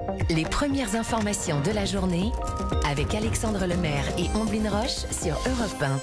Les premières informations de la journée avec Alexandre Lemaire et Omblin Roche sur Europe 1.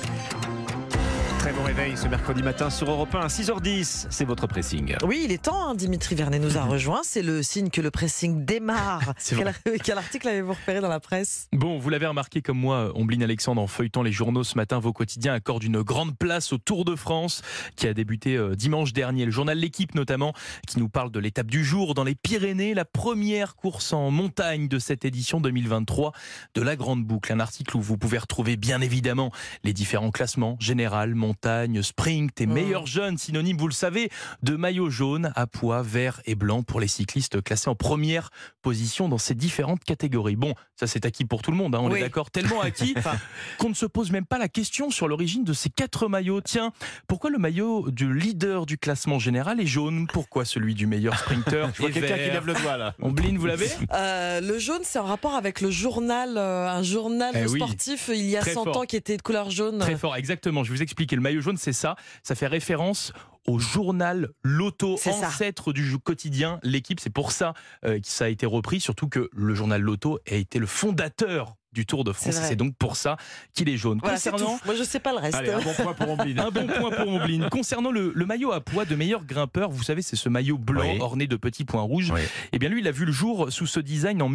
Très bon réveil ce mercredi matin sur Europe 1 à 6h10, c'est votre pressing. Oui, il est temps, hein, Dimitri Vernet nous a rejoint. C'est le signe que le pressing démarre. Quel article avez-vous repéré dans la presse ? Bon, vous l'avez remarqué comme moi, Omblin Alexandre, en feuilletant les journaux ce matin, vos quotidiens accordent une grande place au Tour de France qui a débuté dimanche dernier. Le journal L'Équipe notamment, qui nous parle de l'étape du jour dans les Pyrénées, la première course en montagne de cette édition 2023 de la Grande Boucle. Un article où vous pouvez retrouver bien évidemment les différents classements, général, montagne, sprint et meilleurs jeunes, synonyme, vous le savez, de maillot jaune à pois vert et blanc pour les cyclistes classés en première position dans ces différentes catégories. Bon, ça c'est acquis pour tout le monde, hein, on est d'accord, tellement acquis qu'on ne se pose même pas la question sur l'origine de ces 4 maillots. Tiens, pourquoi le maillot du leader du classement général est jaune ? Pourquoi celui du meilleur sprinter Je vois quelqu'un qui lève le doigt là. Omblin, vous l'avez ? Le jaune, c'est en rapport avec le journal, un journal sportif il y a 100 ans qui était de couleur jaune. Très fort, exactement. Je vais vous expliquer. Le maillot jaune, c'est ça. Ça fait référence au journal Loto, ancêtre du quotidien L'Équipe. C'est pour ça que ça a été repris, surtout que le journal Loto a été le fondateur du Tour de France. C'est donc pour ça qu'il est jaune. Voilà, concernant... Moi, je sais pas le reste. Allez, un bon point pour Omblin. Un bon point pour Omblin. Concernant le maillot à pois de meilleur grimpeur, vous savez, c'est ce maillot blanc orné de petits points rouges. Eh bien, lui, il a vu le jour sous ce design en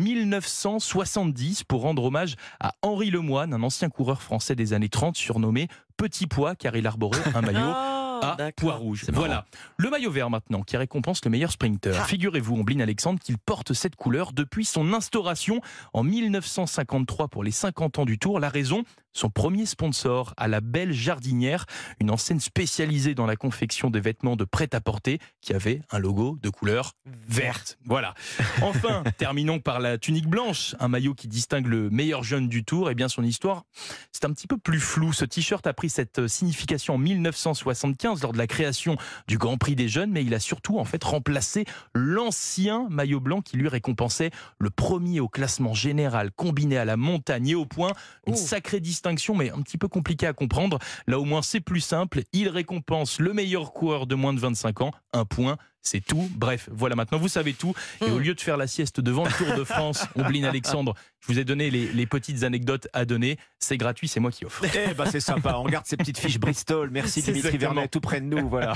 1970 pour rendre hommage à Henri Lemoine, un ancien coureur français des années 30, surnommé Petit Pois, car il arborait un maillot à pois rouge. Voilà. Le maillot vert maintenant, qui récompense le meilleur sprinter. Figurez-vous, Omblin Alexandre, qu'il porte cette couleur depuis son instauration en 1953 pour les 50 ans du Tour. La raison, son premier sponsor à la Belle Jardinière, une enseigne spécialisée dans la confection de vêtements de prêt-à-porter qui avait un logo de couleur verte. Voilà. Enfin, terminons par la tunique blanche, un maillot qui distingue le meilleur jeune du Tour. Eh bien, son histoire, c'est un petit peu plus flou. Ce t-shirt a pris cette signification en 1975 lors de la création du Grand Prix des jeunes, mais il a surtout en fait remplacé l'ancien maillot blanc qui lui récompensait le premier au classement général combiné à la montagne et au point. Une sacrée distinction, mais un petit peu compliquée à comprendre. Là au moins c'est plus simple, il récompense le meilleur coureur de moins de 25 ans, un point. C'est tout. Bref, voilà, maintenant vous savez tout. Et au lieu de faire la sieste devant le Tour de France, Omblin Alexandre, je vous ai donné les petites anecdotes à donner. C'est gratuit, c'est moi qui offre. Eh ben c'est sympa, on garde ces petites fiches Bristol. Merci Dimitri Vernet, tout près de nous, voilà.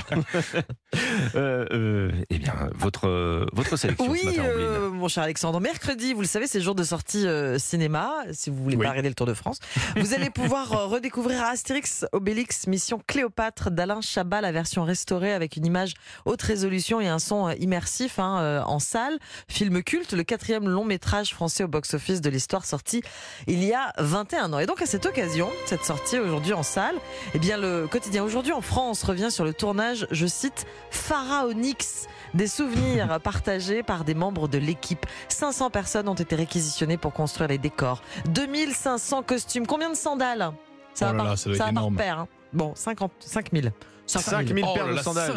Eh bien, votre sélection ce matin, Omblin. Mon cher Alexandre, mercredi, vous le savez, c'est jour de sortie cinéma, si vous voulez pas arrêter le Tour de France. Vous allez pouvoir redécouvrir Astérix Obélix, Mission Cléopâtre d'Alain Chabat, la version restaurée avec une image haute résolution et un son immersif en salle. Film culte, le 4e long métrage français au box-office de l'histoire, sorti il y a 21 ans. Et donc à cette occasion, cette sortie aujourd'hui en salle, eh bien le quotidien Aujourd'hui en France revient sur le tournage, je cite, pharaonique des souvenirs partagés par des membres de l'équipe. 500 personnes ont été réquisitionnées pour construire les décors. 2500 costumes. Combien de sandales ? Ça va par paire. Hein. Bon, 5 000. 5 000 paires de sandales.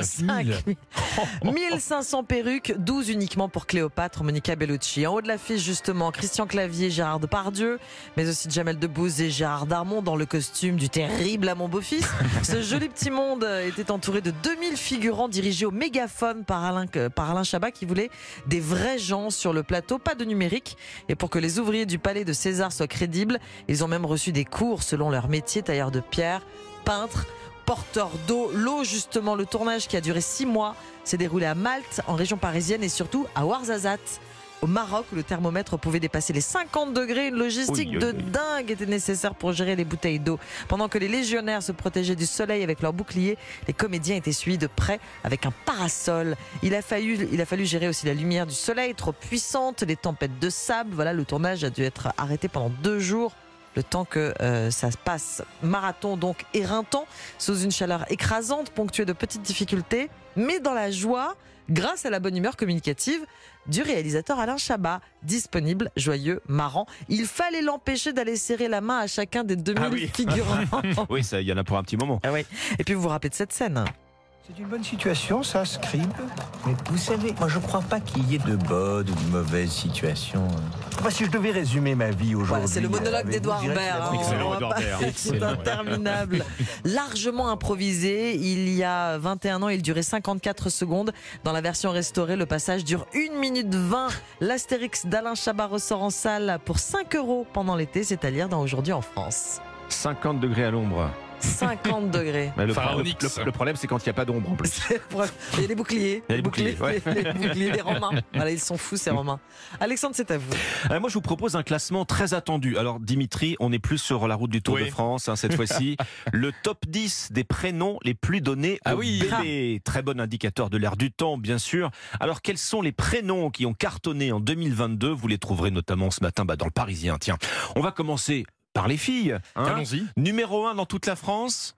1500 perruques, 12 uniquement pour Cléopâtre, Monica Bellucci. En haut de l'affiche, justement, Christian Clavier, Gérard Depardieu, mais aussi Jamel Debbouze et Gérard Darmon dans le costume du terrible à mon beau-fils. Ce joli petit monde était entouré de 2000 figurants dirigés au mégaphone par Alain Chabat qui voulait des vrais gens sur le plateau, pas de numérique. Et pour que les ouvriers du palais de César soient crédibles, ils ont même reçu des cours selon leur métier, tailleur de pierre, peintre, porteur d'eau. L'eau, justement, le tournage qui a duré 6 mois s'est déroulé à Malte, en région parisienne, et surtout à Ouarzazate, au Maroc, où le thermomètre pouvait dépasser les 50 degrés. Une logistique de dingue était nécessaire pour gérer les bouteilles d'eau. Pendant que les légionnaires se protégeaient du soleil avec leurs boucliers, les comédiens étaient suivis de près avec un parasol. Il a fallu gérer aussi la lumière du soleil, trop puissante, les tempêtes de sable. Voilà, le tournage a dû être arrêté pendant 2 jours. Le temps que ça se passe. Marathon donc éreintant, sous une chaleur écrasante, ponctuée de petites difficultés, mais dans la joie, grâce à la bonne humeur communicative du réalisateur Alain Chabat. Disponible, joyeux, marrant. Il fallait l'empêcher d'aller serrer la main à chacun des 2000 figurants. Oui, ça, il y en a pour un petit moment. Ah oui. Et puis vous vous rappelez de cette scène ? C'est une bonne situation, ça, Scribe. Mais vous savez, moi je crois pas qu'il y ait de bonnes ou de mauvaises situations. Enfin, si je devais résumer ma vie aujourd'hui... Voilà, c'est le monologue d'Édouard Baird. Excellent, Édouard Baird. C'est interminable. Largement improvisé. Il y a 21 ans, il durait 54 secondes. Dans la version restaurée, le passage dure 1 minute 20. L'Astérix d'Alain Chabat ressort en salle pour 5 € pendant l'été, c'est à lire dans Aujourd'hui en France. 50 degrés à l'ombre. 50 degrés. Mais le problème, c'est quand il n'y a pas d'ombre en plus. Il y a des boucliers. Il y a des boucliers, ouais. Les boucliers, les Romains. Voilà, ils sont fous, ces Romains. Alexandre, c'est à vous. Moi, je vous propose un classement très attendu. Alors, Dimitri, on est plus sur la route du Tour de France, cette fois-ci. Le top 10 des prénoms les plus donnés aux bébés. Très bon indicateur de l'air du temps, bien sûr. Alors, quels sont les prénoms qui ont cartonné en 2022 ? Vous les trouverez notamment ce matin dans le Parisien. Tiens, on va commencer par les filles. Allons-y. Numéro 1 dans toute la France.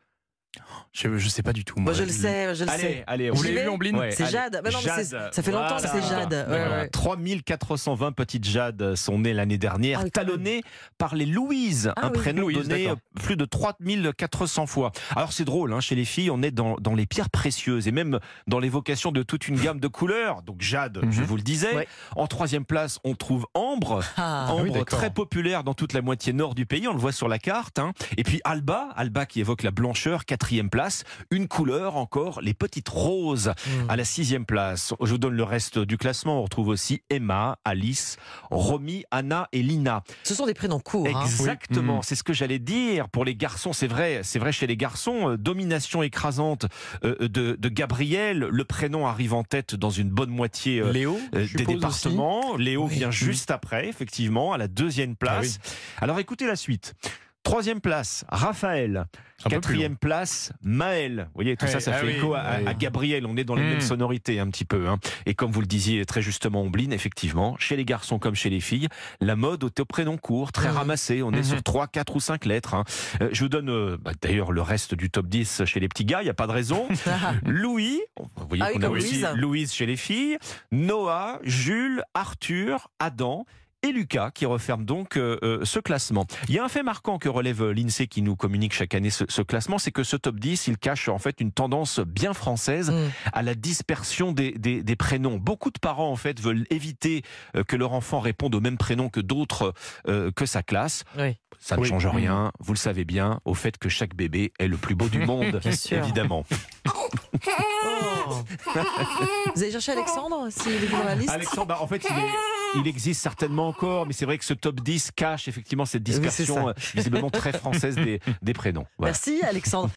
Je sais pas du tout. Moi, je le sais, Allez, vous l'avez vu, Ombline ? C'est Jade. Mais non, mais ça fait longtemps que c'est Jade. Ouais. 3420 petites Jade sont nées l'année dernière, talonnées par les Louise, un prénom donné plus de 3400 fois. Alors c'est drôle, chez les filles, on est dans les pierres précieuses et même dans l'évocation de toute une gamme de couleurs. Donc Jade, je vous le disais. Ouais. En 3e place, on trouve Ambre. Ambre, très populaire dans toute la moitié nord du pays, on le voit sur la carte. Et puis Alba qui évoque la blancheur, 4e place. Une couleur encore, les petites roses à la 6e place. Je vous donne le reste du classement. On retrouve aussi Emma, Alice, Romy, Anna et Lina. Ce sont des prénoms courts. Exactement, c'est ce que j'allais dire. Pour les garçons, c'est vrai chez les garçons. Domination écrasante de Gabriel. Le prénom arrive en tête dans une bonne moitié Léo, des départements. Aussi. Léo vient juste après, effectivement, à la 2e place. Alors écoutez la suite. 3e place, Raphaël. 4e place, Maël. Vous voyez, tout ça fait écho à Gabriel. On est dans les mêmes sonorités un petit peu. Et comme vous le disiez très justement, Ombline, effectivement, chez les garçons comme chez les filles, la mode au prénom court, très ramassé. On est sur 3, 4 ou 5 lettres. Je vous donne d'ailleurs le reste du top 10 chez les petits gars, il n'y a pas de raison. Louis, vous voyez qu'on a aussi Louise chez les filles. Noah, Jules, Arthur, Adam et Lucas qui referment donc ce classement. Il y a un fait marquant que relève l'INSEE qui nous communique chaque année ce classement, c'est que ce top 10, il cache en fait une tendance bien française à la dispersion des prénoms. Beaucoup de parents en fait veulent éviter que leur enfant réponde au même prénom que d'autres que sa classe. Ça ne change rien, vous le savez bien, au fait que chaque bébé est le plus beau du monde, évidemment. Vous avez cherché Alexandre, s'il est dans la liste? Alexandre, en fait, il existe certainement encore, mais c'est vrai que ce top 10 cache effectivement cette dispersion visiblement très française des prénoms. Voilà. Merci Alexandre.